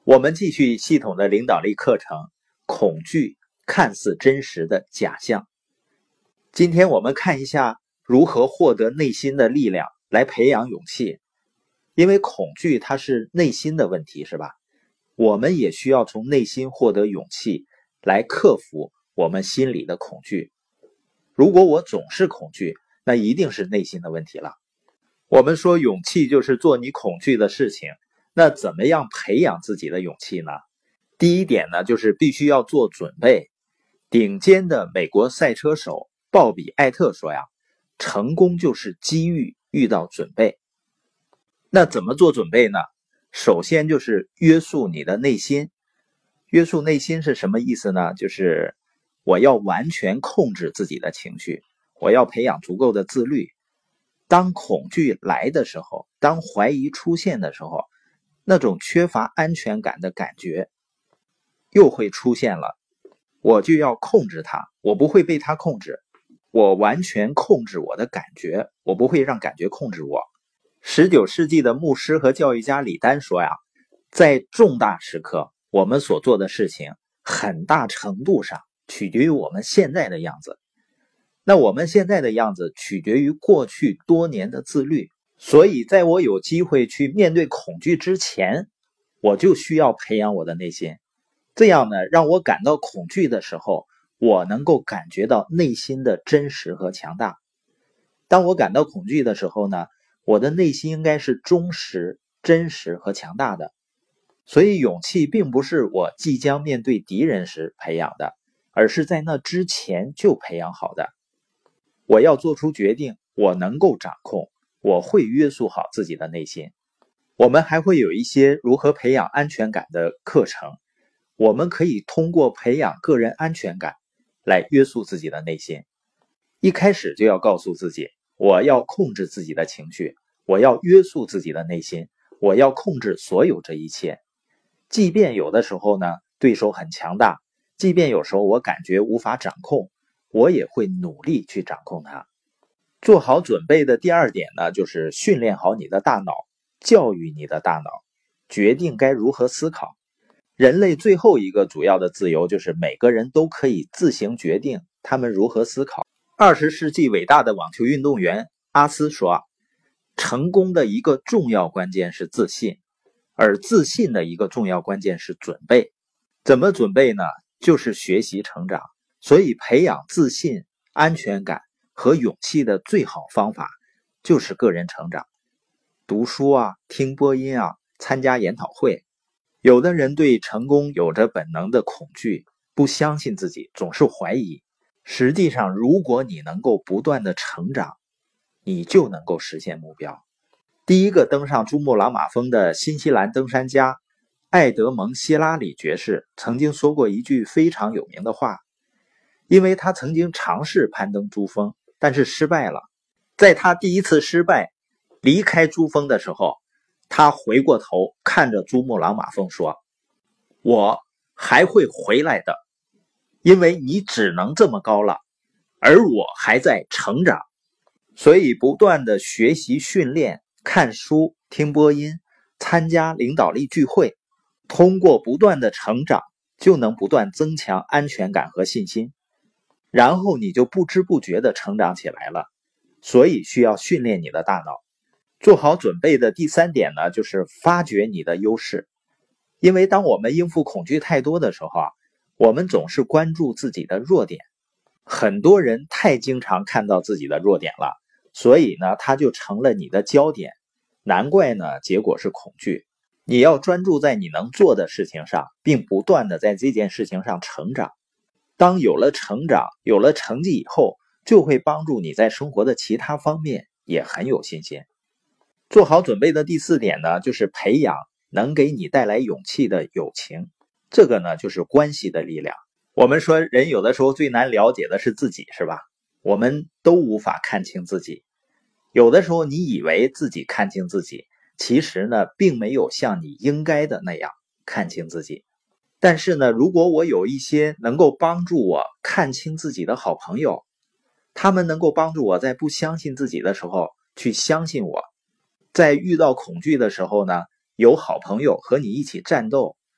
我们继续系统的领导力课程，恐惧看似真实的假象。今天我们看一下如何获得内心的力量来培养勇气。因为恐惧它是内心的问题，是吧？我们也需要从内心获得勇气来克服我们心里的恐惧。如果我总是恐惧，那一定是内心的问题了。我们说勇气就是做你恐惧的事情，那怎么样培养自己的勇气呢？第一点呢，就是必须要做准备。顶尖的美国赛车手鲍比·艾特说呀，成功就是机遇遇到准备。那怎么做准备呢？首先就是约束你的内心。约束内心是什么意思呢？就是我要完全控制自己的情绪，我要培养足够的自律。当恐惧来的时候，当怀疑出现的时候，那种缺乏安全感的感觉又会出现了，我就要控制它，我不会被它控制，我完全控制我的感觉，我不会让感觉控制我。19世纪的牧师和教育家李丹说呀，在重大时刻，我们所做的事情很大程度上取决于我们现在的样子。那我们现在的样子取决于过去多年的自律，所以在我有机会去面对恐惧之前，我就需要培养我的内心。这样呢，让我感到恐惧的时候，我能够感觉到内心的真实和强大。当我感到恐惧的时候呢，我的内心应该是忠实、真实和强大的。所以勇气并不是我即将面对敌人时培养的，而是在那之前就培养好的。我要做出决定，我能够掌控，我会约束好自己的内心。我们还会有一些如何培养安全感的课程，我们可以通过培养个人安全感来约束自己的内心。一开始就要告诉自己，我要控制自己的情绪，我要约束自己的内心，我要控制所有这一切。即便有的时候呢，对手很强大，即便有时候我感觉无法掌控，我也会努力去掌控它。做好准备的第二点呢，就是训练好你的大脑，教育你的大脑，决定该如何思考。人类最后一个主要的自由就是每个人都可以自行决定他们如何思考。20世纪伟大的网球运动员阿斯说，成功的一个重要关键是自信，而自信的一个重要关键是准备。怎么准备呢？就是学习成长。所以培养自信、安全感和勇气的最好方法就是个人成长。读书啊，听播音啊，参加研讨会。有的人对成功有着本能的恐惧，不相信自己，总是怀疑。实际上，如果你能够不断的成长，你就能够实现目标。第一个登上珠穆朗玛峰的新西兰登山家艾德蒙·希拉里爵士曾经说过一句非常有名的话，因为他曾经尝试攀登珠峰，但是失败了。在他第一次失败离开珠峰的时候，他回过头看着珠穆朗玛峰说，我还会回来的，因为你只能这么高了，而我还在成长。所以不断的学习训练，看书，听播音，参加领导力聚会，通过不断的成长，就能不断增强安全感和信心，然后你就不知不觉的成长起来了。所以需要训练你的大脑。做好准备的第三点呢，就是发掘你的优势。因为当我们应付恐惧太多的时候啊，我们总是关注自己的弱点。很多人太经常看到自己的弱点了，所以呢，它就成了你的焦点。难怪呢，结果是恐惧。你要专注在你能做的事情上，并不断的在这件事情上成长。当有了成长，有了成绩以后，就会帮助你在生活的其他方面也很有信心。做好准备的第四点呢，就是培养能给你带来勇气的友情。这个呢，就是关系的力量。我们说人有的时候最难了解的是自己，是吧？我们都无法看清自己。有的时候你以为自己看清自己，其实呢，并没有像你应该的那样看清自己。但是呢，如果我有一些能够帮助我看清自己的好朋友，他们能够帮助我在不相信自己的时候去相信我，在遇到恐惧的时候呢，有好朋友和你一起战斗，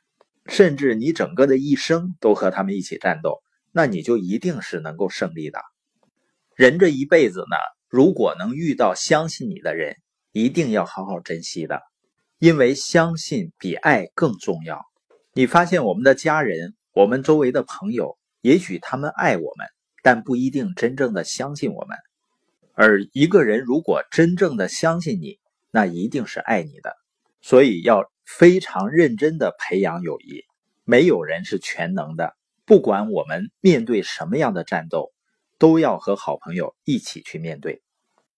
甚至你整个的一生都和他们一起战斗，那你就一定是能够胜利的。人这一辈子呢，如果能遇到相信你的人，一定要好好珍惜的，因为相信比爱更重要。你发现我们的家人，我们周围的朋友，也许他们爱我们，但不一定真正的相信我们。而一个人如果真正的相信你，那一定是爱你的。所以要非常认真的培养友谊。没有人是全能的，不管我们面对什么样的战斗，都要和好朋友一起去面对。